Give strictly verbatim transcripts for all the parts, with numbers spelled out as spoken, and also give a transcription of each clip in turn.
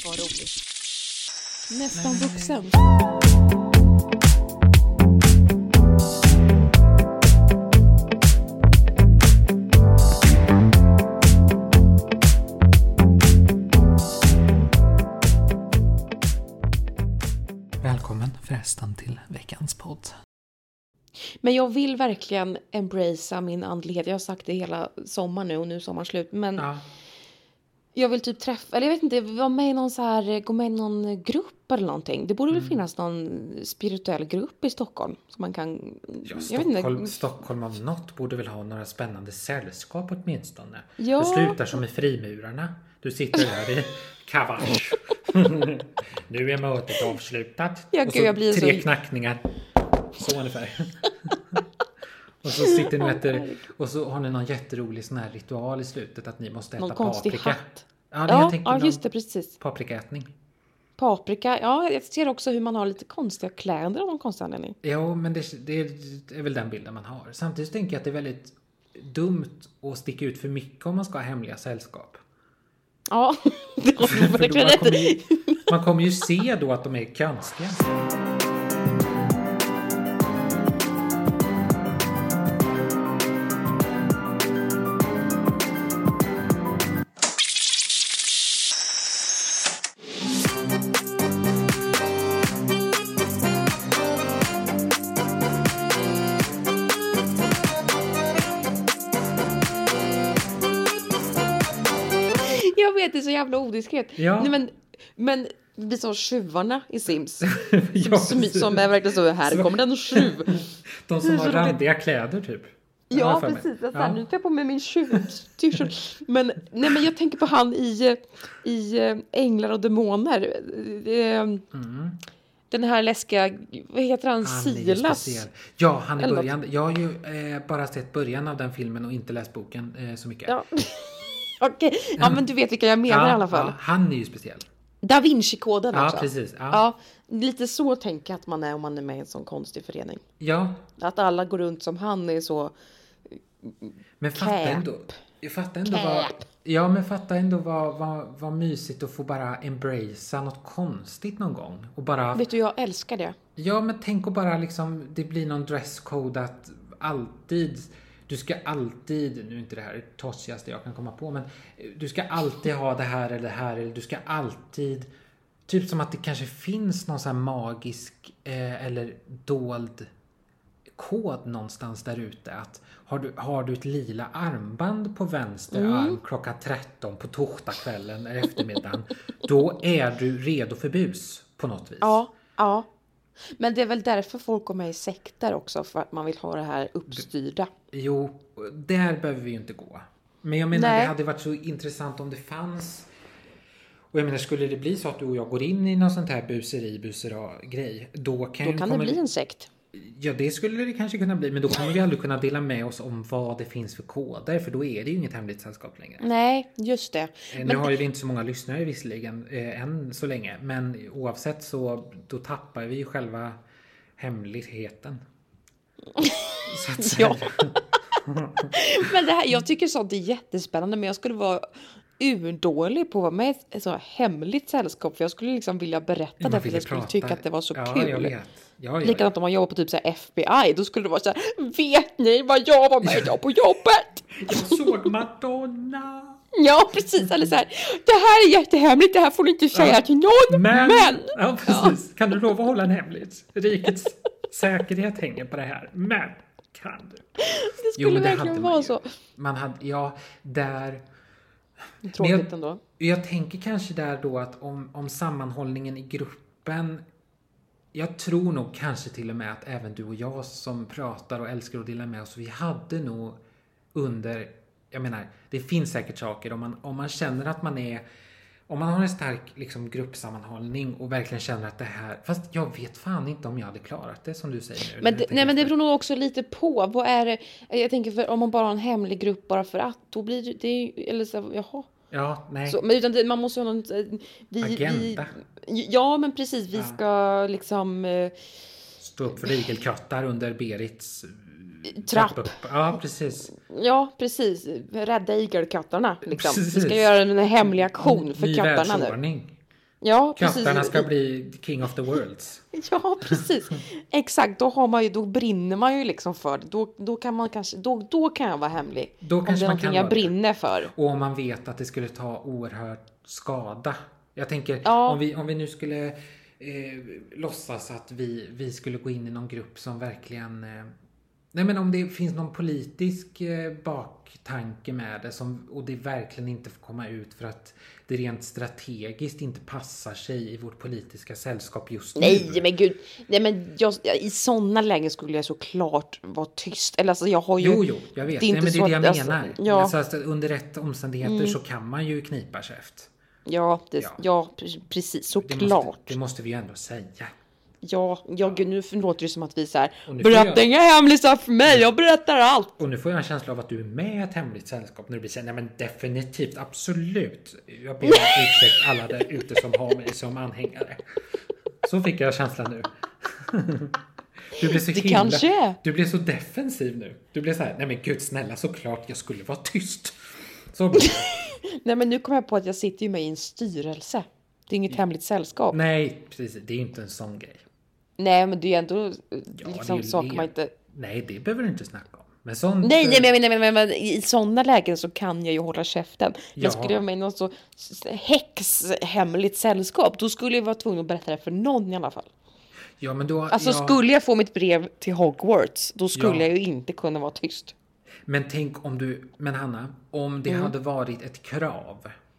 vad roligt. Nästan vuxen. Välkommen förresten till veckans podd. Men jag vill verkligen embracea min andlighet. Jag har sagt det hela sommar nu och nu är sommaren slut. Men Ja. jag vill typ träffa, eller jag vet inte, vara med i någon så här, gå med i någon grupp eller någonting. Det borde väl Mm. finnas någon spirituell grupp i Stockholm som man kan, Ja, jag Stockholm, vet inte. Stockholm om något borde väl ha några spännande sällskap åtminstone. Ja. Du slutar som i frimurarna. Du sitter där i kavasch. Nu är mötet avslutat. Ja, och gud, så jag blir tre så- knackningar. Så ungefär. Och så sitter ni och äter, och så har ni någon jätterolig sån här ritual i slutet att ni måste äta Någon konstig paprika. hatt. Ja, jag Ja, tänker ja, någon just det, precis. paprikaätning. Paprika, ja, jag ser också hur man har lite konstiga kläder av någon konstig anledning. Ja, men det, det är väl den bilden man har. Samtidigt tänker jag att det är väldigt dumt att sticka ut för mycket om man ska ha hemliga sällskap. Ja, det har du För då verkligen man, rätt kommer i. ju, man kommer ju se då att de är konstiga. Jag vet, det är så jävla odiskret. Ja. Nej, men, men vi sa tjuvarna i Sims. Ja, som, som är verkligen så, här Så- kommer den tjuv. De som har randiga kläder typ. Jag Ja, har för mig. precis. Jag, Ja. Nu tar jag på mig min tjuv-t-shirt. Men, nej, men jag tänker på han i, i eh, Änglar och Demoner. Eh, Mm. Den här läskiga, vad heter han, Han är ju Silas? speciell. Ja, han är Eller början. Jag har ju eh, bara sett början av den filmen och inte läst boken eh, så mycket. Ja. Okej, ja, men du vet vilka jag menar i alla fall. Ja, han är ju speciell. Da Vinci-koden Ja, också. precis. Ja. Ja, lite så tänker jag att man är om man är med i en sån konstig förening. Ja, Att alla går runt som han är så... men fatta Cap. ändå. Jag fattar ändå vad... Cap. Ja, men fatta ändå vad, vad, vad mysigt att få bara embracea något konstigt någon gång. Och bara... Vet du, jag älskar det. Ja, men tänk och bara liksom... Det blir någon dresscode att alltid... Du ska alltid... Nu är inte det här det tossigaste jag kan komma på, men... Du ska alltid ha det här eller det här. Eller du ska alltid... Typ som att det kanske finns någon sån här magisk eh, eller dold kod någonstans där ute. Att har du, har du ett lila armband på vänster Mm. arm klockan tretton på torsdagskvällen eller eftermiddagen, då är du redo för bus på något vis. Ja, ja. Men det är väl därför folk går med i sekter också. För att man vill ha det här uppstyrda. Jo, där behöver vi ju inte gå. Men jag menar, Nej. det hade varit så intressant om det fanns... Och jag menar, skulle det bli så att du och jag går in i någon sånt här buseri, busera-grej, då kan, Då kan kommer det bli en sekt. Ja, det skulle det kanske kunna bli, men då kommer vi aldrig kunna dela med oss om vad det finns för koder, för då är det ju inget hemligt sällskap längre. Nej, just det. Eh, Nu Men har ju vi inte så många lyssnare visserligen, eh, än så länge, men oavsett så då tappar vi ju själva hemligheten. Så att säga. Ja. Men det här, jag tycker sånt är jättespännande, men jag skulle vara urdålig på att vara med i ett så hemligt sällskap, för jag skulle liksom vilja berätta Man det, för ville jag skulle prata. tycka att det var så ja, kul. Jag vet. Ja, ja, Likadant om man jobbar på typ så här F B I, då skulle det vara så här: vet ni vad jag var med idag på jobbet? Jag såg Madonna. Ja, precis. Eller så här: det här är jättehemligt, det här får du inte säga Ja. till någon, Men, men... ja, precis. Kan du lova att hålla en hemligt? Rikets säkerhet hänger på det här. Men, kan du? Det skulle Jo, men det verkligen hade man vara ju. så. Man hade, ja, där... Tråkigt Men jag- ändå. Jag tänker kanske där då att om, om sammanhållningen i gruppen, jag tror nog kanske till och med att även du och jag som pratar och älskar att dela med oss, vi hade nog under, jag menar, det finns säkert saker om man, om man känner att man är, om man har en stark liksom, gruppsammanhållning och verkligen känner att det här, fast jag vet fan inte om jag hade klarat det som du säger nu. Men det, nej, men det beror nog också lite på. Vad är det? Jag tänker, för om man bara har en hemlig grupp bara för att, då blir det, det är ju- eller så, jaha. Ja, nej. Så, men utan det, man måste ha någon... eh, Vi, Agenda. Vi, ja, men precis. Vi Ja. ska liksom... Eh, Stå upp för igelkottar under Berits Trapp. upp. Ja, precis. ja, precis. Rädda igelkottarna. Liksom. Vi Precis. ska göra en hemlig aktion för Ny kattarna nu. världsordning. Ja, precis. Kapparna ska bli king of the worlds. Ja, precis. Exakt, då har man ju, då brinner man ju liksom för det. Då, då kan man kanske, då, då kan jag vara hemlig. Då om kanske det är man någonting kan jag vara brinner det. för. Och om man vet att det skulle ta oerhört skada. Jag tänker, Ja. om, vi, om vi nu skulle eh, låtsas att vi, vi skulle gå in i någon grupp som verkligen... Eh, nej men om det finns någon politisk eh, baktanke med det som, och det verkligen inte får komma ut för att det rent strategiskt inte passar sig i vårt politiska sällskap just nu. Nej men gud, nej men jag, i sådana lägen skulle jag såklart vara tyst. Eller alltså jag har ju... Jo, jo, jag vet. Det är, nej, men det, är det jag att, menar. Alltså, ja. Alltså, alltså, under rätt omständigheter mm. så kan man ju knipa käft. Ja, det, ja. ja, precis, såklart. Det måste, det måste vi ju ändå säga. Ja, ja, gud, nu låter det som att vi så här, berätta inga hemlisar för mig, jag berättar allt. Och nu får jag en känsla av att du är med i ett hemligt sällskap när du blir så här, nej men definitivt, absolut. Jag ber om ursäkt alla där ute som har mig som anhängare. Så fick jag känslan nu. Du blir så det himla, kanske. Du blir så defensiv nu. Du blir så här, nej men gud snälla, såklart jag skulle vara tyst. Så blir det. Nej men nu kommer jag på att jag sitter ju med i en styrelse. Det är inget hemligt sällskap. Nej, precis. Det är inte en sån grej. Nej, men det är ändå ja, liksom är saker man inte... Nej, det behöver du inte snacka om. Men sånt... Nej, nej, men, men, men, men i sådana lägen så kan jag ju hålla käften. Ja. Men skulle jag med något så häxhemligt sällskap, då skulle jag vara tvungen att berätta det för någon i alla fall. Ja, men då... Alltså, ja. skulle jag få mitt brev till Hogwarts, då skulle ja. jag ju inte kunna vara tyst. Men tänk om du... Men Hanna, om det mm. hade varit ett krav...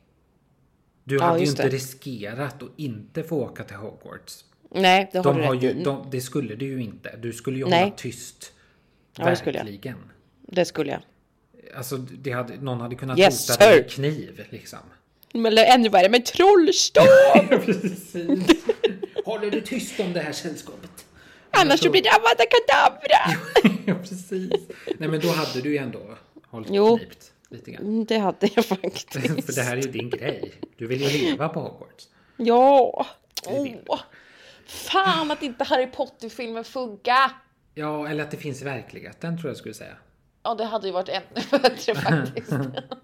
Du ja, hade ju inte det. riskerat att inte få åka till Hogwarts. Nej, det har de du har rätt ju, i. de, Det skulle du ju inte. Du skulle ju Nej. hålla tyst. Ja, verkligen. det skulle jag. Det skulle jag. Alltså, det hade, någon hade kunnat yes, hota dig med kniv, liksom. Men ännu värre, med trollstav! Precis. Håller du tyst om det här sällskapet? Annars så blir det Avada Kedavra! Ja, precis. Nej, men då hade du ju ändå hållit jo. knipt. Lite grann. Det hade jag faktiskt. För det här är ju din grej. Du vill ju leva på Hogwarts. Ja. Åh. Fan att inte Harry Potter-filmen funkar. Ja, eller att det finns i verkligheten tror jag skulle säga. Ja, det hade ju varit ännu bättre faktiskt.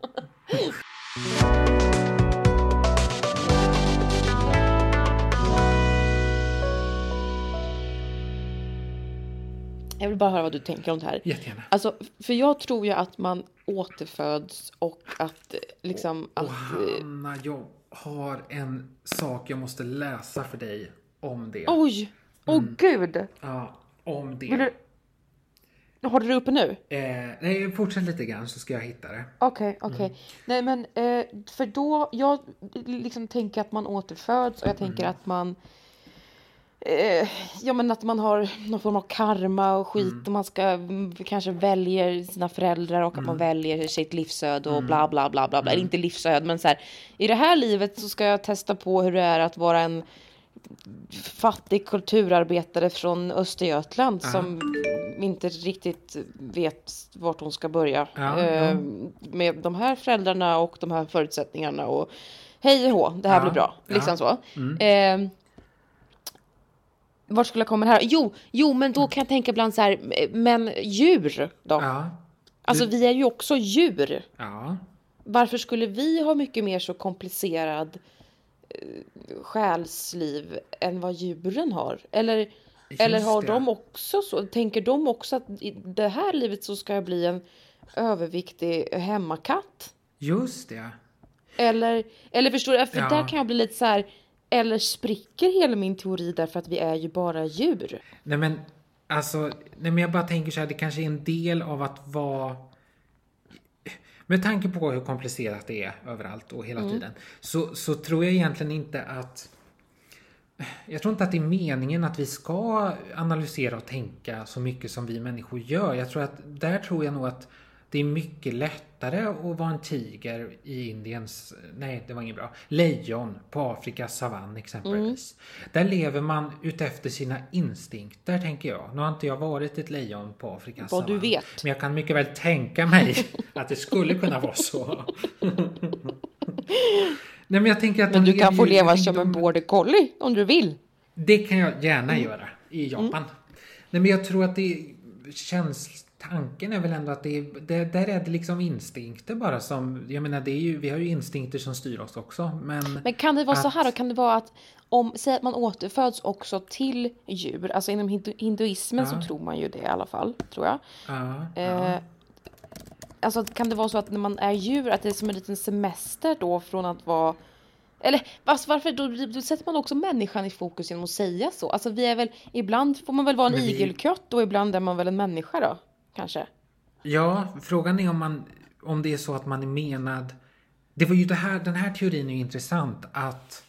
Jag vill bara höra vad du tänker om det här. Jättegärna. Alltså, för jag tror ju att man återföds och att liksom... Och att, Hanna, jag har en sak jag måste läsa för dig om det. Oj! Åh mm. gud! Ja, om det. Vill du... Har du det uppe nu? Eh, nej, fortsätt lite grann så ska jag hitta det. Okej, okay, okej. Okay. Mm. Nej, men eh, för då... Jag liksom tänker att man återföds och jag tänker mm. att man... Eh, ja men att man har någon form av karma och skit mm. och man ska kanske väljer sina föräldrar och mm. att man väljer sitt livsöde och mm. bla bla bla bla bla. Mm. Inte livsöde men så här, i det här livet så ska jag testa på hur det är att vara en fattig kulturarbetare från Östergötland uh-huh. som inte riktigt vet vart hon ska börja uh-huh. eh, med de här föräldrarna och de här förutsättningarna och hej och hå, det här uh-huh. blir bra liksom uh-huh. så. Mm. Eh, Vart skulle jag komma här? Jo, jo, men då kan jag tänka ibland så här, men djur då? Ja. Alltså vi är ju också djur. Ja. Varför skulle vi ha mycket mer så komplicerad eh, själsliv än vad djuren har? Eller, eller har det. de också så? Tänker de också att i det här livet så ska jag bli en överviktig hemmakatt? Just det. Eller, eller förstår du? För ja. där kan jag bli lite så här... Eller spricker hela min teori därför att vi är ju bara djur? Nej men, alltså, nej men jag bara tänker så här, det kanske är en del av att vara... Med tanke på hur komplicerat det är överallt och hela mm. tiden. Så, så tror jag egentligen inte att... Jag tror inte att det är meningen att vi ska analysera och tänka så mycket som vi människor gör. Jag tror att, där tror jag nog att det är mycket lättare att vara en tiger i Indiens, nej det var inget bra, lejon på Afrikas savann exempelvis. Mm. Där lever man utefter sina instinkter tänker jag. Nu har inte jag varit ett lejon på Afrikas Vad savann. Du vet. Men jag kan mycket väl tänka mig att det skulle kunna vara så. Nej, men jag tänker att men du kan ju, få leva som de... en border collie om du vill. Det kan jag gärna mm. göra i Japan. Mm. Nej, men jag tror att det känns tanken är väl ändå att det, är, det där är det liksom instinkter bara som, jag menar det är ju, vi har ju instinkter som styr oss också. Men, men kan det vara att, så här då? Kan det vara att om, säg att man återföds också till djur, alltså inom hindu, hinduismen ja. så tror man ju det i alla fall, tror jag. Ja, ja. Eh, alltså kan det vara så att när man är djur att det är som en liten semester då från att vara, eller varför då, då sätter man också människan i fokus genom att säga så. Alltså vi är väl, ibland får man väl vara en vi... igelkött och ibland är man väl en människa då, kanske. Ja, frågan är om man, om det är så att man är menad, det var ju det här, den här teorin är ju intressant, att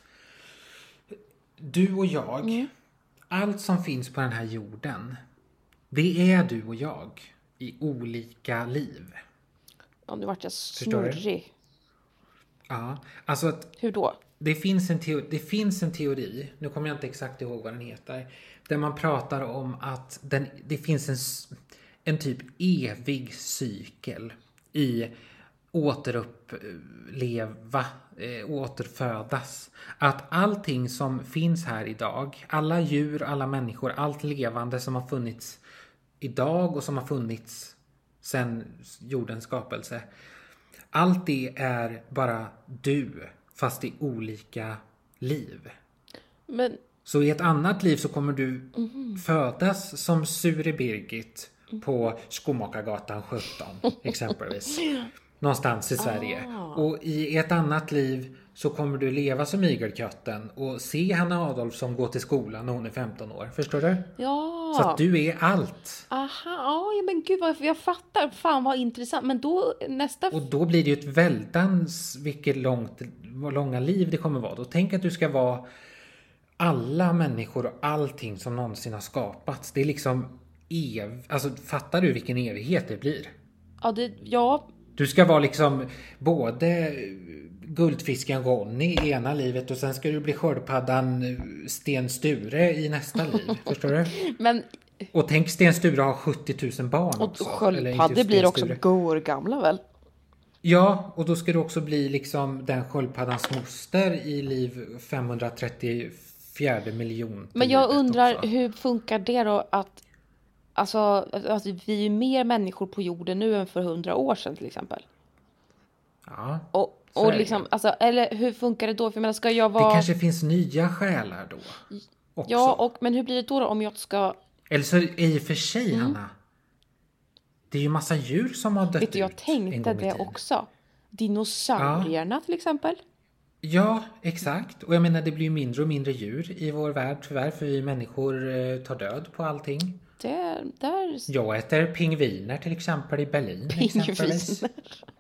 du och jag, mm. allt som finns på den här jorden, det är du och jag i olika liv. Ja, nu vart jag snurrig. Ja, alltså att hur då? Det finns, en teori, det finns en teori, nu kommer jag inte exakt ihåg vad den heter, där man pratar om att den, det finns en, en typ evig cykel i återuppleva, äh, återfödas. Att allting som finns här idag, alla djur, alla människor, allt levande som har funnits idag och som har funnits sedan jordens skapelse, allt det är bara du, fast i olika liv. Men... Så i ett annat liv så kommer du mm-hmm. födas som Sure Birgit på Skomakargatan sjutton exempelvis. Någonstans i Sverige. Ah. Och i ett annat liv så kommer du leva som igelkötten och se Hanna Adolfsson gå till skolan när hon är femton år. Förstår du? Ja. Så att du är allt. Aha, ja men gud vad jag fattar. Fan vad intressant. Men då nästa... Och då blir det ju ett väldans vilket långt, långa liv det kommer vara. Då tänk att du ska vara alla människor och allting som någonsin har skapats. Det är liksom ev... Alltså fattar du vilken evighet det blir? Ja, det... Ja... Du ska vara liksom både guldfisken Ronny i ena livet och sen ska du bli sköldpaddan Sten Sture i nästa liv. Förstår du? Men... Och tänk Sten Sture har sjuttio tusen barn och också. Och sköldpaddor blir också går gamla väl? Ja, och då ska du också bli liksom den sköldpaddans moster i liv femhundratrettiofyra miljon. Men jag undrar också. Hur funkar det då att alltså, alltså vi är mer människor på jorden nu än för hundra år sedan till exempel. Ja. Och, och liksom, alltså, eller hur funkar det då? För jag menar, ska jag vara... Det kanske finns nya själar då. Också. Ja, och, men hur blir det då, då om jag ska... Eller så i och för sig, mm. Hanna. Det är ju massa djur som har dött. Vet du, jag tänkte det också. Dinosaurierna ja. Till exempel. Ja, exakt. Och jag menar, det blir ju mindre och mindre djur i vår värld tyvärr. För vi människor eh, tar död på allting. Det, där... Jag äter pingviner till exempel i Berlin. Pingviner.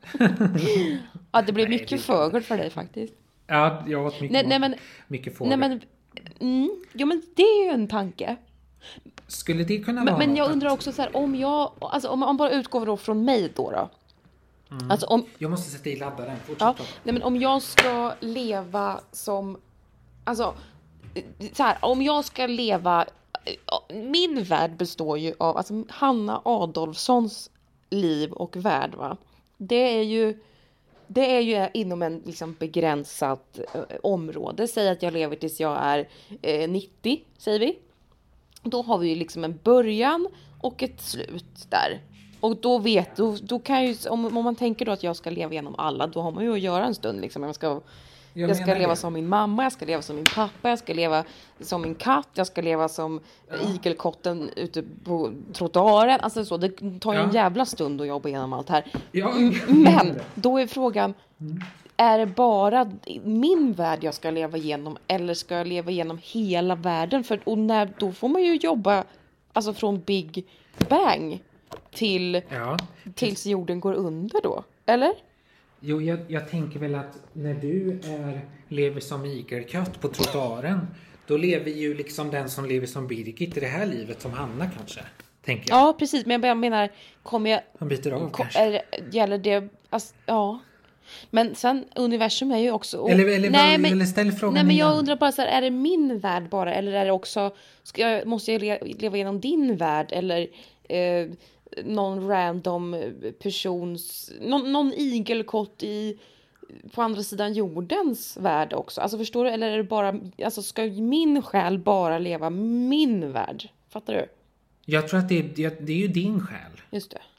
Ja, det blir nej, mycket det... fågel för dig faktiskt. Ja, jag åt mycket, nej, nej, men, mycket fågel. Nej, men, mm, jo, men det är ju en tanke. Skulle det kunna men, vara Men jag något? undrar också så här, om jag, alltså om man bara utgår då från mig då då. Mm. Alltså om, jag måste sätta i laddaren. Ja, nej, men om jag ska leva som, alltså så här, om jag ska leva, min värld består ju av, alltså Hanna Adolfssons liv och värld, va. Det är ju, det är ju inom en liksom begränsat eh, område. Säg att jag lever tills jag är eh, nittio, säger vi. Då har vi ju liksom en början och ett slut där. Och då vet då, då kan ju, om, om man tänker då att jag ska leva genom alla, då har man ju att göra en stund liksom. Jag ska, jag, jag ska leva det. Som min mamma, jag ska leva som min pappa, jag ska leva som min katt, jag ska leva som ja. Igelkotten ute på trottoaren. Alltså så, det tar ju ja. En jävla stund att jobba igenom allt här. Ja. Men då är frågan, mm. är det bara min värld jag ska leva igenom, eller ska jag leva igenom hela världen? För, och när, då får man ju jobba alltså från Big Bang till ja. Tills jorden går under då, eller? Jo, jag, jag tänker väl att när du är, lever som igelkött på trottoaren, då lever ju liksom den som lever som Birgit i det här livet som Hanna kanske, tänker jag. Ja, precis, men jag menar, kommer jag... Han byter av kom, kanske. Är, gäller det, alltså, ja... Men sen, universum är ju också... Eller, eller, nej, men, men, eller ställ frågan nej, men jag igen. undrar bara så här, är det min värld bara? Eller är det också... Ska jag, måste jag le, leva genom din värld? Eller eh, någon random persons... Någon, någon igelkott i, på andra sidan jordens värld också? Alltså förstår du? Eller är det bara... Alltså ska min själ bara leva min värld? Fattar du? Jag tror att det är, det, det är ju din själ. Just det.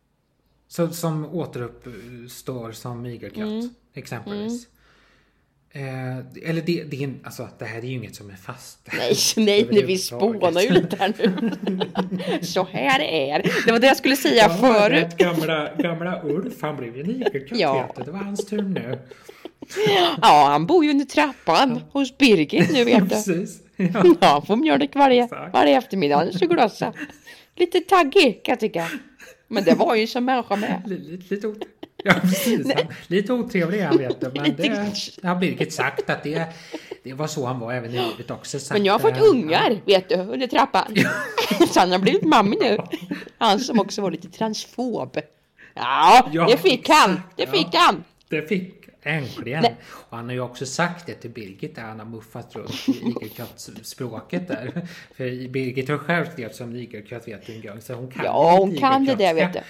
Så, som återuppstår som igelkott, mm. exempelvis. Mm. Eh, eller det, det, är, alltså, det här är ju inget som är fast. Nej, nej, nej vi spånar ju lite här nu. Så här är det. Det var det jag skulle säga ja, förut. Gamla, gamla Ulf, han blev ju en igelkott. Ja. Det var hans tur nu. Ja, han bor ju under trappan ja. hos Birgit nu, vet du. Precis. Ja, ja får mjölk varje, varje eftermiddag. Så glössa. Lite taggig, kan jag tycka. Men det var ju som människa med. Lite, lite, ja, precis. Han, lite otrevlig han vet du. Men det har Birgit sagt att det, det var så han var även i livet också. Sagt, men jag har fått äh, ungar, ja. vet du, under trappan. Ja. Så han har blivit mamma nu. Han som också var lite transfob. Ja, ja det fick exakt, han. Det fick ja. han. Det fick äntligen. Nej. Och han har ju också sagt det till Birgit där han har muffat runt i igelkott-språket där. För Birgit har själv skrivit som igelkott vet du en gång. Så hon kan ja, hon kan det där vet du.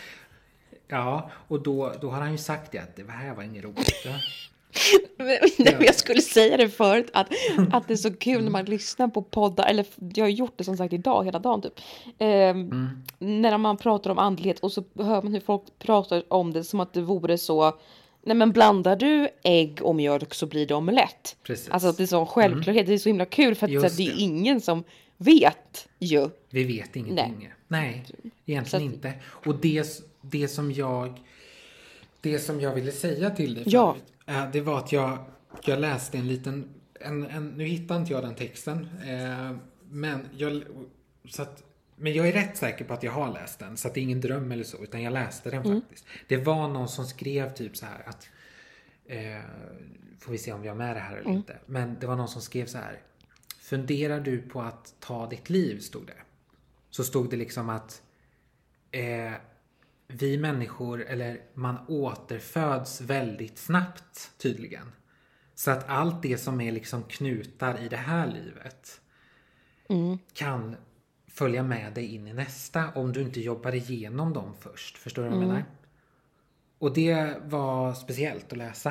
Ja, och då, då har han ju sagt det att det här var inget roligt. Men, jag skulle säga det förut att, att det är så kul när man lyssnar på poddar, eller jag har gjort det som sagt idag hela dagen typ. Eh, mm. När man pratar om andlighet och så hör man hur folk pratar om det som att det vore så. Nej men blandar du ägg och mjölk så blir det omelett. Precis. Alltså det är så självklarhet, mm. det är så himla kul för att så, det är ingen som vet ju. Vi vet ingenting. Nej, Nej egentligen att, inte. Och det, det som jag det som jag ville säga till dig ja. förut, det var att jag, jag läste en liten en, en, nu hittar inte jag den texten eh, men jag så att Men jag är rätt säker på att jag har läst den. Så att det är ingen dröm eller så. Utan jag läste den mm. faktiskt. Det var någon som skrev typ så här att eh, får vi se om vi har med det här eller mm. inte. Men det var någon som skrev så här. Funderar du på att ta ditt liv, stod det. Så stod det liksom att eh, vi människor, eller man återföds väldigt snabbt tydligen. Så att allt det som är liksom knutar i det här livet mm. kan följa med dig in i nästa om du inte jobbar igenom dem först. Förstår du vad jag mm. menar? Och det var speciellt att läsa.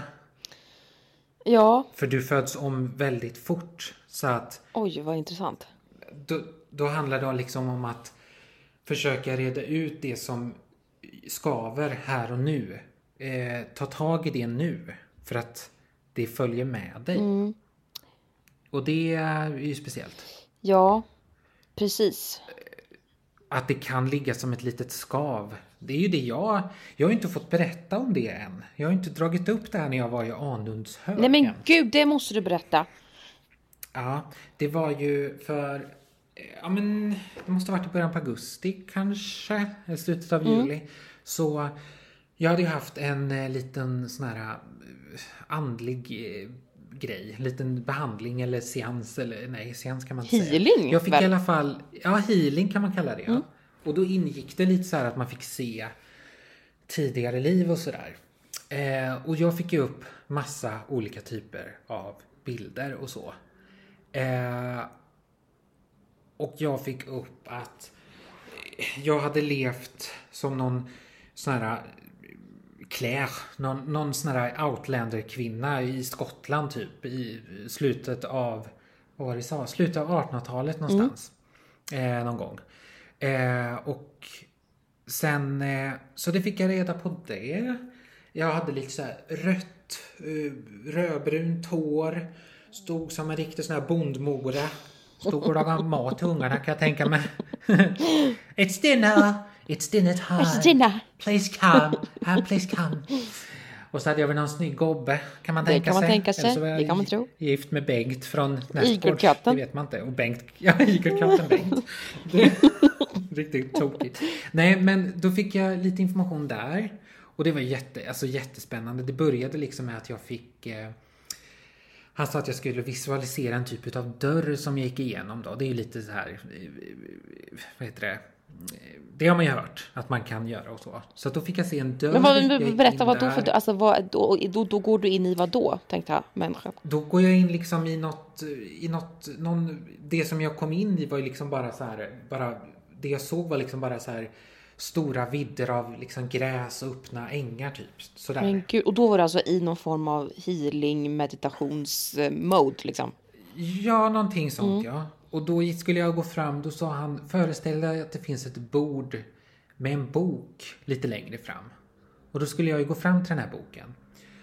Ja. För du föds om väldigt fort. Så att... Oj, vad intressant. Då, då handlar det liksom om att försöka reda ut det som skaver här och nu. Eh, ta tag i det nu. För att det följer med dig. Mm. Och det är ju speciellt. Ja, precis. Att det kan ligga som ett litet skav. Det är ju det jag... Jag har ju inte fått berätta om det än. Jag har inte dragit upp det här när jag var i Anundshögen. Nej men gud, det måste du berätta. Ja, det var ju för... Ja men, det måste ha varit i början på augusti kanske. I slutet av mm. juli. Så jag hade ju haft en liten sån här andlig grej. En liten behandling eller seans. Eller nej, seans kan man inte healing, säga. Jag fick väl? i alla fall... Ja, healing kan man kalla det. Ja. Mm. Och då ingick det lite så här att man fick se tidigare liv och sådär. Eh, och jag fick ju upp massa olika typer av bilder och så. Eh, och jag fick upp att jag hade levt som någon sån här Claire, någon, någon sån här outlander-kvinna i Skottland typ i slutet av vad var det sa? Slutet av artonhundratalet någonstans. Mm. Eh, någon gång. Eh, och sen eh, så det fick jag reda på det. Jag hade lite så här rött uh, rödbrunt hår, stod som en riktig sån här bondmora, stod och lagade mat till ungarna kan jag tänka mig. It's dinner, it's dinner time. It's dinner. Please come, uh, please come. Och så hade jag väl någon snygg gobbe, kan man tänka sig. Det kan man tänka sig, sig. det kan man tro. Gift med Bengt från Näsgård. Igelkatten. Det vet man inte. Och Bengt, ja, Igelkatten Bengt. Riktigt tokigt. Nej, men då fick jag lite information där. Och det var jätte, alltså jättespännande. Det började liksom med att jag fick... Eh, han sa att jag skulle visualisera en typ av dörr som jag gick igenom då. Det är ju lite så här... Vad heter det? Det har man ju hört att man kan göra och så. Så då fick jag se en dörr. Men vad, berätta vad då för alltså vad då, då då går du in i vad då tänkte jag människa. Då går jag in liksom i något i något någon det som jag kom in i var ju liksom bara så här bara det jag såg var liksom bara så här stora vidder av liksom gräs och öppna ängar typ så där. Men gud, och då var det alltså i någon form av healing meditationsmode liksom. Ja, någonting sånt mm. ja. och då skulle jag gå fram, då sa han, föreställ dig att det finns ett bord med en bok lite längre fram. Och då skulle jag ju gå fram till den här boken.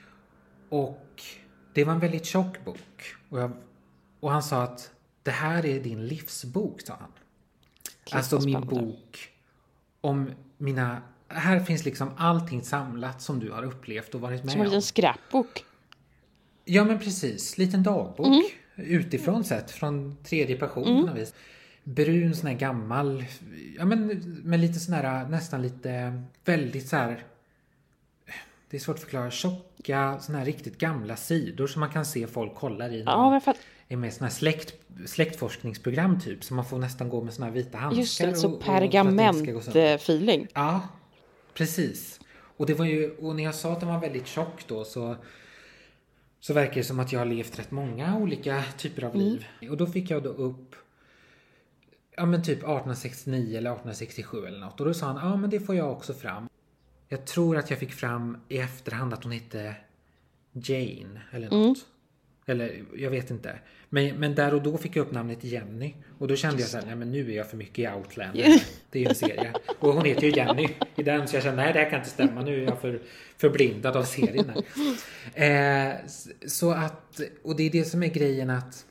Och det var en väldigt tjock bok. Och, jag, och han sa att det här är din livsbok, sa han. Klart alltså min bok om mina... Här finns liksom allting samlat som du har upplevt och varit med om. Som en liten scrapbok. Ja, men precis. Liten dagbok. Mm. Utifrån sett. Från tredje person mm. på något vis. Brun, sån här gammal. Ja, men med lite sån här, nästan lite, väldigt så här... Det är svårt att förklara. Tjocka, såna här riktigt gamla sidor som man kan se folk kollar i. Ja, för att... är med såna här släkt, släktforskningsprogram typ. Så man får nästan gå med såna här vita handskar. Just det, så pergament-feeling. Ja, precis. Och det var ju, och när jag sa att den var väldigt tjock då så... Så verkar det som att jag har levt rätt många olika typer av liv. Mm. Och då fick jag då upp... Ja, men typ arton sextionio eller arton sextiosju eller något. Och då sa han, ja men det får jag också fram. Jag tror att jag fick fram i efterhand att hon hette Jane eller något. Mm. Eller jag vet inte. Men, men där och då fick jag upp namnet Jenny. Och då kände Just jag så här, nej men nu är jag för mycket i Outlander. Yeah. Det är ju en serie. Och hon heter ju Jenny i den. Så jag kände, nej det här kan inte stämma. Nu är jag för, förblindad av serien här. Eh, så att, och det är det som är grejen att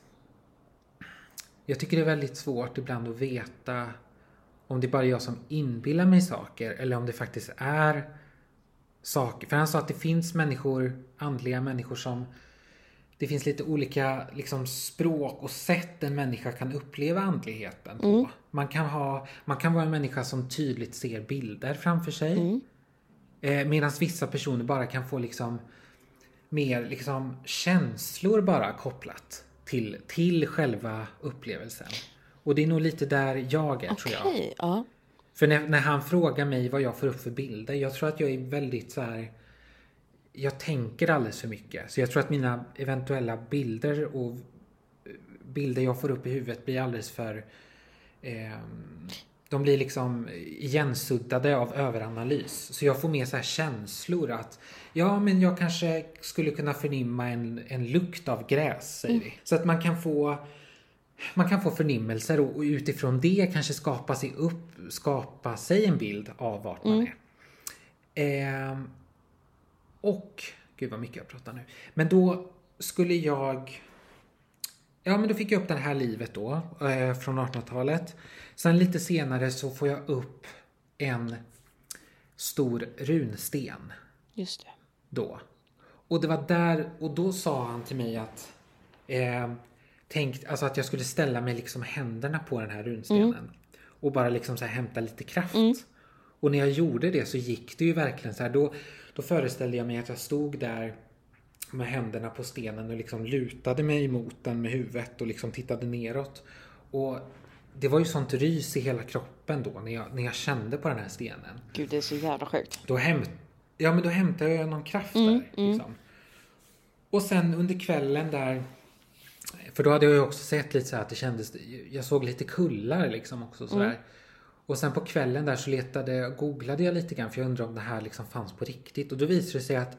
jag tycker det är väldigt svårt ibland att veta om det är bara jag som inbillar mig saker eller om det faktiskt är saker. För han sa att det finns människor, andliga människor som det finns lite olika liksom, språk och sätt en människa kan uppleva andligheten på. Mm. Man kan ha, man kan vara en människa som tydligt ser bilder framför sig. Mm. Eh, medan vissa personer bara kan få liksom mer liksom känslor bara kopplat till, till själva upplevelsen. Och det är nog lite där jag är, okay, tror jag. Ja. För när, när han frågar mig vad jag får upp för bilder, jag tror att jag är väldigt så här, jag tänker alldeles för mycket. Så jag tror att mina eventuella bilder och bilder jag får upp i huvudet blir alldeles för eh, de blir liksom igensuddade av överanalys. Så jag får mer så här känslor att ja, men jag kanske skulle kunna förnimma en, en lukt av gräs, säger vi. Mm. Så att man kan få man kan få förnimmelser och, och utifrån det kanske skapa sig upp skapa sig en bild av vart man mm. är. Eh, och gud vad mycket jag pratar nu. Men då skulle jag ja, men då fick jag upp det här livet då eh, från artonhundratalet. Sen lite senare så får jag upp en stor runsten. Just det. Då. Och det var där, och då sa han till mig att eh, tänk, alltså att jag skulle ställa mig liksom händerna på den här runstenen. Mm. Och bara liksom så här hämta lite kraft. Mm. Och när jag gjorde det så gick det ju verkligen så här. Då, då föreställde jag mig att jag stod där med händerna på stenen och liksom lutade mig mot den med huvudet och liksom tittade neråt. Och det var ju sånt rys i hela kroppen då när jag, när jag kände på den här stenen. Gud, det är så jävla sjukt. Då, hämt, ja, men då hämtade jag någon kraft mm, där. Liksom. Mm. Och sen under kvällen där, för då hade jag ju också sett lite så här att det kändes, jag såg lite kullar liksom också sådär. Mm. Och sen på kvällen där så letade, googlade jag lite grann för jag undrade om det här liksom fanns på riktigt. Och då visade det sig att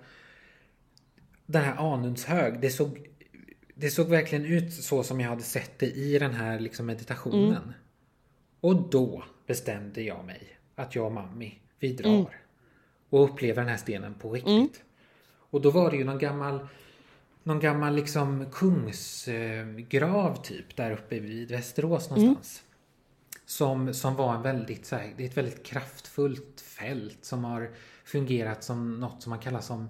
den här Anundshög, det såg, det såg verkligen ut så som jag hade sett det i den här liksom meditationen. Mm. Och då bestämde jag mig att jag och Mami, vi drar. Mm. Och upplever den här stenen på riktigt. Mm. Och då var det ju någon gammal, någon gammal liksom kungsgrav typ där uppe vid Västerås någonstans. Mm. Som, som var en väldigt, så här, det är ett väldigt kraftfullt fält som har fungerat som något som man kallar som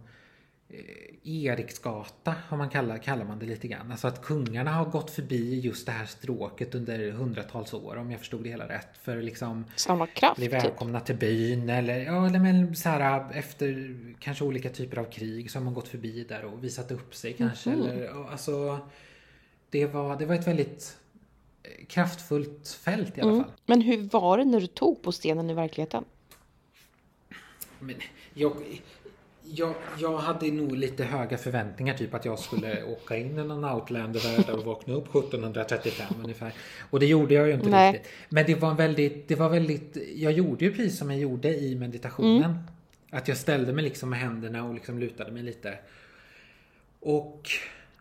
Eriksgata har man kallar, kallar man det lite grann. Alltså att kungarna har gått förbi just det här stråket under hundratals år, om jag förstod det hela rätt, för liksom samma kraft, bli välkomna typ till byn eller, ja, eller men så här, efter kanske olika typer av krig så har man gått förbi där och visat upp sig kanske. Mm. Eller, alltså, det var, det var ett väldigt kraftfullt fält i alla mm. fall. Men hur var det när du tog på stenen i verkligheten? Men jag... Jag, jag hade nog lite höga förväntningar, typ att jag skulle åka in i någon Outlander och vakna upp sjuttonhundratrettiofem ungefär. Och det gjorde jag ju inte Nej. riktigt. Men det var väldigt, det var väldigt, jag gjorde ju precis som jag gjorde i meditationen. Mm. Att jag ställde mig liksom med händerna och liksom lutade mig lite. Och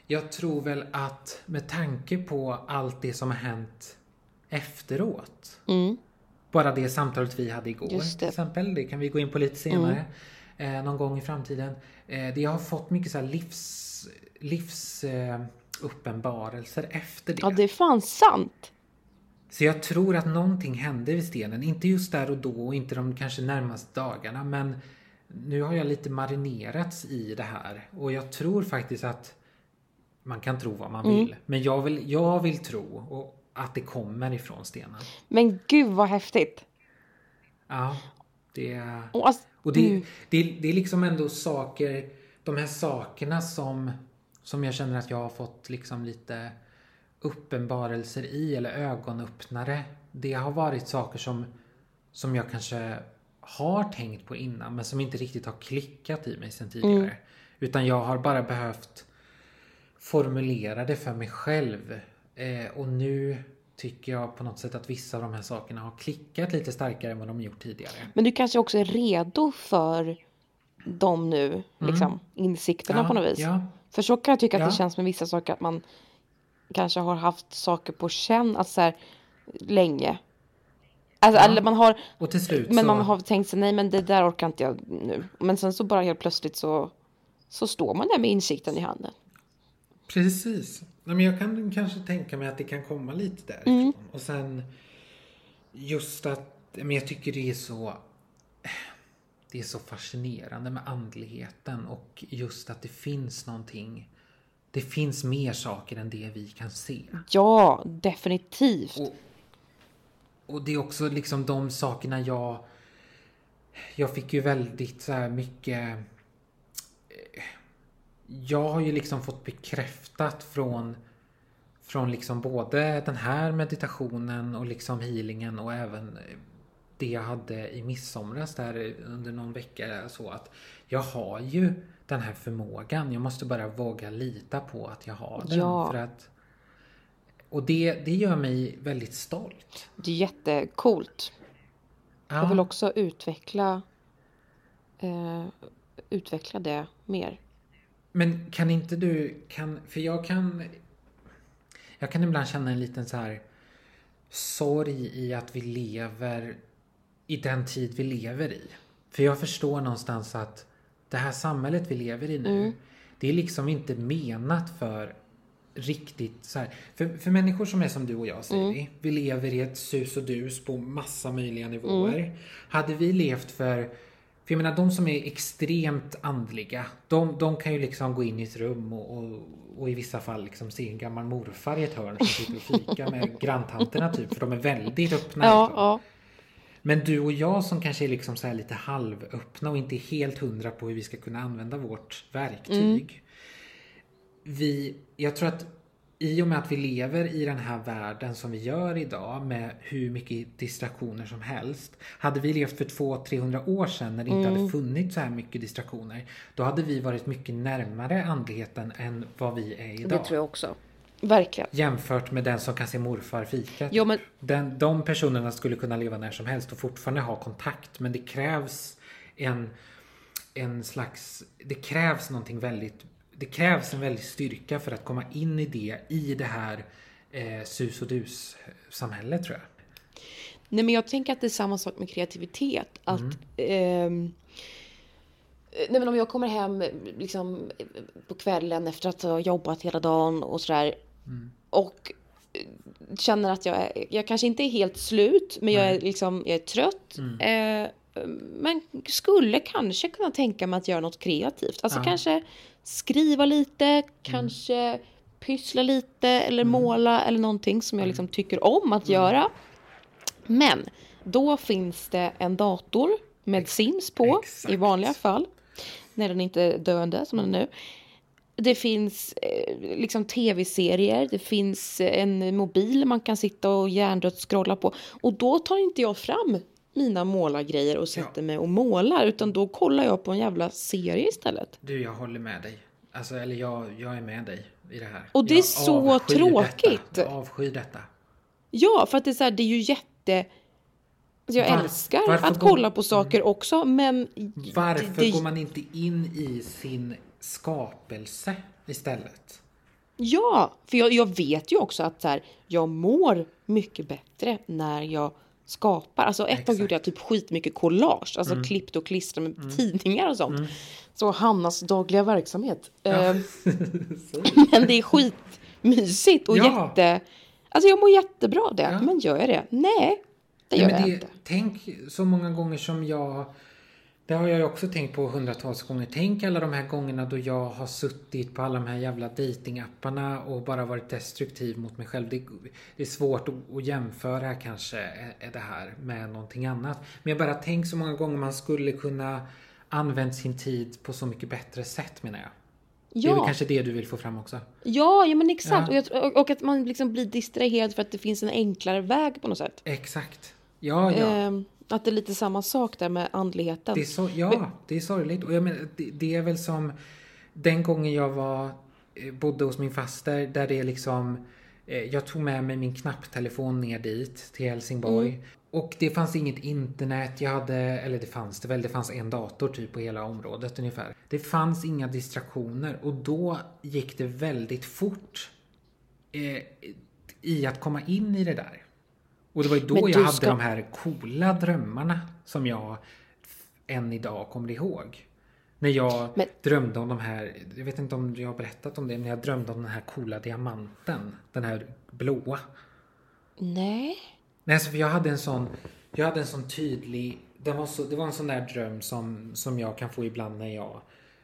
jag tror väl att med tanke på allt det som har hänt efteråt. Mm. Bara det samtalet vi hade igår Just det. till exempel. Det kan vi gå in på lite senare. Mm. Eh, någon gång i framtiden. Eh, det har fått mycket så här livs, livs eh, uppenbarelser efter det. Ja, det är fan sant. Så jag tror att någonting hände vid stenen. Inte just där och då och inte de kanske närmaste dagarna. Men nu har jag lite marinerats i det här. Och jag tror faktiskt att man kan tro vad man Mm. vill. Men jag vill, jag vill tro och att det kommer ifrån stenen. Men gud vad häftigt. Ja, det är... Och, alltså, Och det, mm. det, det är liksom ändå saker, de här sakerna som, som jag känner att jag har fått liksom lite uppenbarelser i eller ögonöppnare. Det har varit saker som, som jag kanske har tänkt på innan men som inte riktigt har klickat i mig sedan tidigare. Mm. Utan jag har bara behövt formulera det för mig själv. Eh, och nu tycker jag på något sätt att vissa av de här sakerna har klickat lite starkare än vad de gjort tidigare. Men du kanske också är redo för de nu, liksom, Mm. insikterna Ja, på något vis. ja. För så kan jag tycka att Ja. det känns med vissa saker att man kanske har haft saker på känn, alltså så här, länge. Alltså, Ja. eller man har, Och till slut men så... man har tänkt sig, nej men det där orkar inte jag nu. Men sen så bara helt plötsligt så, så står man där med insikten i handen. Precis. Nej, men jag kan kanske tänka mig att det kan komma lite därifrån. Mm. Och sen just att, men jag tycker det är så det är så fascinerande med andligheten och just att det finns någonting, det finns mer saker än det vi kan se. Ja, definitivt. Och, och det är också liksom de sakerna jag jag fick ju väldigt så här mycket jag har ju liksom fått bekräftat från från liksom både den här meditationen och liksom healingen och även det jag hade i midsomras där under någon vecka, så att jag har ju den här förmågan. Jag måste bara våga lita på att jag har den. Ja. För att, och det, det gör mig väldigt stolt. Det är jättecoolt. Ja. Jag vill också utveckla eh, utveckla det mer. Men kan inte du, kan, för jag kan jag kan ibland känna en liten så här sorg i att vi lever i den tid vi lever i. För jag förstår någonstans att det här samhället vi lever i nu, Mm. det är liksom inte menat för riktigt så här. För, för människor som är som du och jag, säger Mm. vi, vi lever i ett sus och dus på massa möjliga nivåer. Mm. Hade vi levt för För jag menar, de som är extremt andliga, de, de kan ju liksom gå in i ett rum och, och, och i vissa fall liksom se en gammal morfar i ett hörn som sitter och fika med granntanterna typ, för de är väldigt öppna. Ja, liksom. ja. Men du och jag som kanske är liksom så här lite halvöppna och inte är helt hundra på hur vi ska kunna använda vårt verktyg. Mm. Vi, jag tror att i och med att vi lever i den här världen som vi gör idag med hur mycket distraktioner som helst. Hade vi levt för tvåhundra till trehundra år sedan när det inte Mm. hade funnits så här mycket distraktioner, då hade vi varit mycket närmare andligheten än vad vi är idag. Det tror jag också. Verkligen. Jämfört med den som kan se morfar fika. Jo, men Den, de personerna skulle kunna leva när som helst och fortfarande ha kontakt. Men det krävs en, en slags... Det krävs någonting väldigt... Det krävs en väldig styrka för att komma in i det, i det här eh, sus och dus samhället, tror jag. nej, men jag tänker att det är samma sak med kreativitet. Att Mm. ehm, nej, men om jag kommer hem liksom, på kvällen efter att ha jobbat hela dagen och sådär. Mm. Och eh, känner att jag, är, jag kanske inte är helt slut, men jag Nej. är, liksom, jag är trött. Mm. Eh, men skulle kanske kunna tänka mig att göra något kreativt. Alltså Ja. kanske skriva lite, kanske pyssla lite eller måla eller någonting som jag liksom tycker om att göra. Men då finns det en dator med Sims på, Exakt. i vanliga fall. När den inte är döende som den är nu. Det finns eh, liksom tv-serier, det finns en mobil man kan sitta och hjärndött scrolla på. Och då tar inte jag fram mina målargrejer och sätter Ja. mig och målar, utan då kollar jag på en jävla serie istället. Du, jag håller med dig. Alltså, eller jag, jag är med dig i det här. Och det är Jag så avskyr tråkigt. Detta. Jag avskyr detta. Ja, för att det är så här, det är ju jätte... Alltså jag Var- älskar varför att går- kolla på saker också, men... Varför det, går man inte in i sin skapelse istället? Ja, för jag, jag vet ju också att så här, jag mår mycket bättre när jag skapar. Alltså ett tag gjorde jag typ skitmycket collage. Alltså mm. klippt och klistrat med mm. tidningar och sånt. Mm. Så Hannas dagliga verksamhet. Ja. Ehm, men det är skitmysigt och ja. jätte... Alltså jag mår jättebra av det. Ja. Men gör jag det? Nej, det gör Nej, men jag det, inte. Tänk så många gånger som jag... Det har jag ju också tänkt på hundratals gånger. Tänk alla de här gångerna då jag har suttit på alla de här jävla datingapparna och bara varit destruktiv mot mig själv. Det, det är svårt att, att jämföra kanske är det här med någonting annat. Men jag bara tänk så många gånger man skulle kunna använda sin tid på så mycket bättre sätt, menar jag. Ja. Det är väl kanske det du vill få fram också. Ja, ja men exakt. Ja. Och, jag, och att man liksom blir distraherad för att det finns en enklare väg på något sätt. Exakt. Ja, ja. Ehm. Att det är lite samma sak där med andligheten. Det är så, ja, men, det är sorgligt. Och jag menar, det, det är väl som den gången jag var bodde hos min faster, där det är liksom jag tog med mig min knapptelefon ner dit till Helsingborg. Mm. Och det fanns inget internet. Jag hade, eller det fanns det väl, det fanns en dator typ på hela området ungefär. Det fanns inga distraktioner och då gick det väldigt fort eh, i att komma in i det där. Och det var ju då jag hade ska... de här coola drömmarna som jag än idag kommer ihåg. När jag men... drömde om de här, jag vet inte om jag har berättat om det, men jag drömde om den här coola diamanten. Den här blåa. Nej. Nej, så för jag hade en sån, jag hade en sån tydlig, det var, så, det var en sån där dröm som, som jag kan få ibland när jag,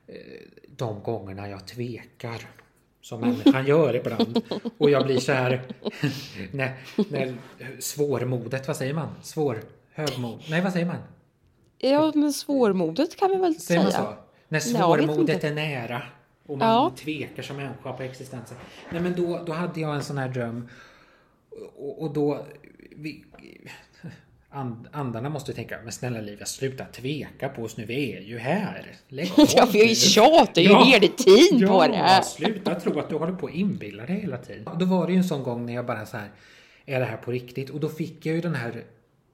de gångerna jag tvekar. Som människan gör ibland. Och jag blir så här när, när svårmodet, vad säger man? Svår, högmod. Nej, vad säger man? Ja, men svårmodet kan vi väl säger säga. Man så? När svårmodet är nära och man ja. tvekar som människa på existensen. Nej, men då, då hade jag en sån här dröm. Och, och då vi, and, andarna måste tänka, men snälla Livia, sluta tveka på oss nu, vi är ju här. Lägg av. Ja, vi är ju tjatar ju ja. hela tiden ja, på det här. Sluta tro att du håller på att inbilla dig hela tiden. Då var det ju en sån gång när jag bara så här, är det här på riktigt? Och då fick jag ju den här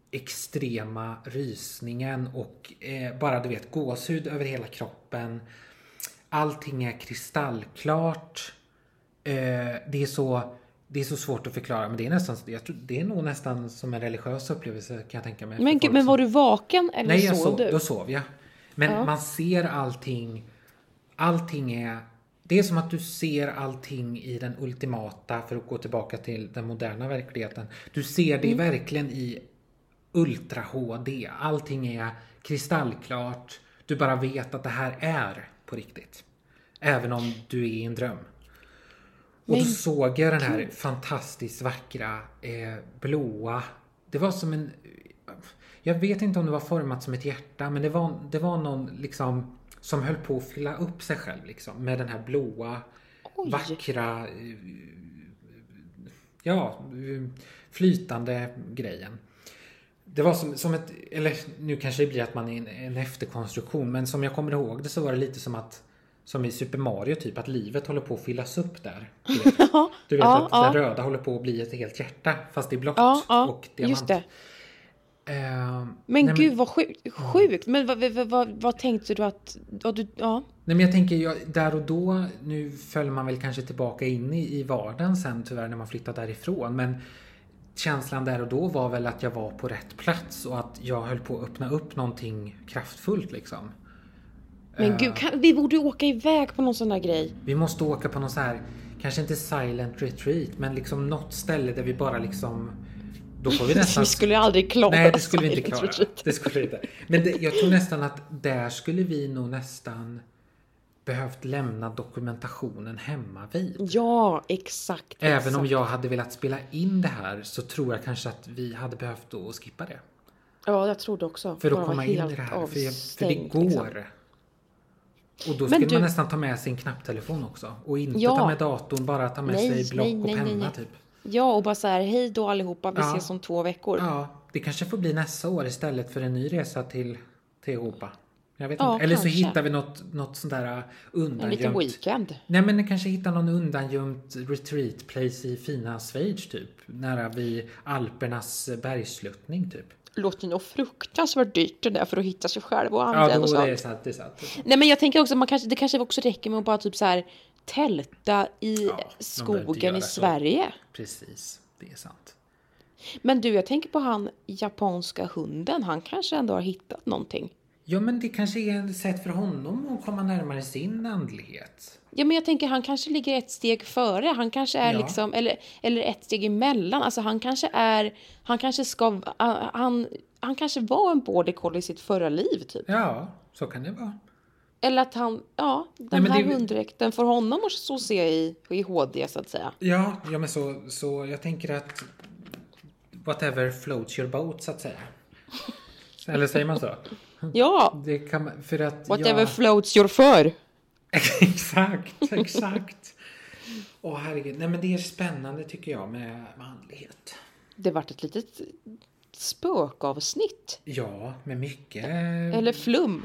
extrema rysningen och eh, bara du vet gåshud över hela kroppen. Allting är kristallklart. Eh, det är så det är så svårt att förklara, men det är nästan jag tror, det är nog nästan som en religiös upplevelse kan jag tänka mig. Men gud, men var du vaken eller Nej, jag sov sov, du? då sov jag. Men ja. man ser allting allting är det är som att du ser allting i den ultimata, för att gå tillbaka till den moderna verkligheten. Du ser det mm. verkligen i Ultra H D. Allting är kristallklart. Du bara vet att det här är på riktigt. Även om du är i en dröm. Och då såg jag den här fantastiskt vackra eh, blåa. Det var som en... Jag vet inte om det var format som ett hjärta. Men det var, det var någon liksom som höll på att fylla upp sig själv liksom, med den här blåa, Oj. vackra eh, ja, flytande grejen. Det var som, som ett... Eller nu kanske det blir att man är en, en efterkonstruktion. Men som jag kommer ihåg det så var det lite som att... Som i Super Mario typ, att livet håller på att fyllas upp där. Du vet, du vet ja, att ja. det röda håller på att bli ett helt hjärta. Fast det är blått ja, ja, och diamant. Just det. Uh, men nej, gud men, vad sjukt. sjukt. Men vad, vad, vad, vad tänkte du att... Vad du, ja. Nej, men jag tänker, jag, där och då, nu följer man väl kanske tillbaka in i, i vardagen sen tyvärr när man flyttar därifrån. Men känslan där och då var väl att jag var på rätt plats och att jag höll på att öppna upp någonting kraftfullt liksom. Men gud, kan, vi borde åka iväg på någon sån där grej. Vi måste åka på någon så här, kanske inte silent retreat, men liksom något ställe där vi bara liksom, då får vi nästan... Vi skulle aldrig klara. Nej, det skulle vi inte klara. Retreat. Det skulle vi inte. Men det, jag tror nästan att där skulle vi nog nästan behövt lämna dokumentationen hemma vid. Ja, exakt. Även exakt. om jag hade velat spela in det här så tror jag kanske att vi hade behövt då skippa det. Ja, jag tror det också. För att komma in i det här. För, jag, för det går. Liksom. Och då skulle du... man nästan ta med sin knapptelefon också. Och inte ja. ta med datorn, bara ta med nej, sig block nej, nej, och penna nej, nej. typ. Ja, och bara så här, hej då allihopa, vi ja. ses om två veckor. Ja, det kanske får bli nästa år istället för en ny resa till, till Europa. Jag vet ja, inte. Eller kanske. så hittar vi något, något sånt där undangömt. En liten weekend. Nej, men kanske hittar någon undangömt retreat place i fina Schweiz typ. Nära vid Alpernas bergsluttning typ. Låter nog fruktansvärt dyrt det där för att hitta sig själv och andra ja, då, och sånt. Det är sant, det är sant. Nej, men jag tänker också man kanske det kanske också räcker med att bara typ så här tälta i Ja, de behöver inte skogen göra i så. Sverige. Precis, det är sant. Men du, jag tänker på han japanska hunden. Han kanske ändå har hittat någonting. Ja, men det kanske är ett sätt för honom att komma närmare sin andlighet. Ja, men jag tänker han kanske ligger ett steg före. Han kanske är Ja. liksom, eller, eller ett steg emellan. Alltså han kanske är, han kanske ska, han, han kanske var en border collie i sitt förra liv typ. Ja, så kan det vara. Eller att han, ja, den Nej, men här det- hunddräkten får honom att så se i, i H D så att säga. Ja, ja men så, så jag tänker att whatever floats your boat, så att säga. Eller säger man så? Ja, Det kan man, för att whatever jag... floats your för. Exakt, exakt. Åh herregud, nej men det är spännande tycker jag med, med andlighet. Det vart ett litet spökavsnitt. Ja, med mycket... Eller flum.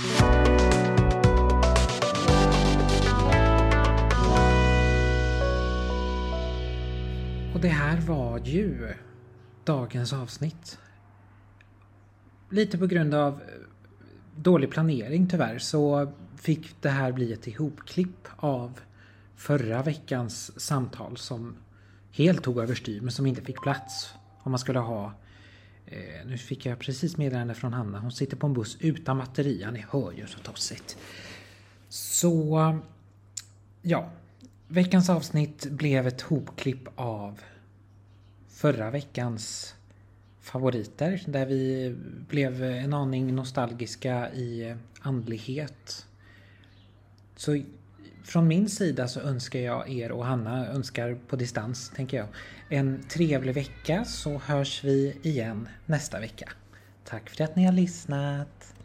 Och det här var ju dagens avsnitt. Lite på grund av dålig planering tyvärr så fick det här bli ett ihopklipp av förra veckans samtal som helt tog överstyr men som inte fick plats. Om man skulle ha... Eh, nu fick jag precis meddelande från Hanna. Hon sitter på en buss utan batteri. Ni hör ju så tossigt. Så... Ja. Veckans avsnitt blev ett hopklipp av förra veckans favoriter. Där vi blev en aning nostalgiska i andlighet. Så från min sida så önskar jag er och Hanna önskar på distans, tänker jag, en trevlig vecka, så hörs vi igen nästa vecka. Tack för att ni har lyssnat.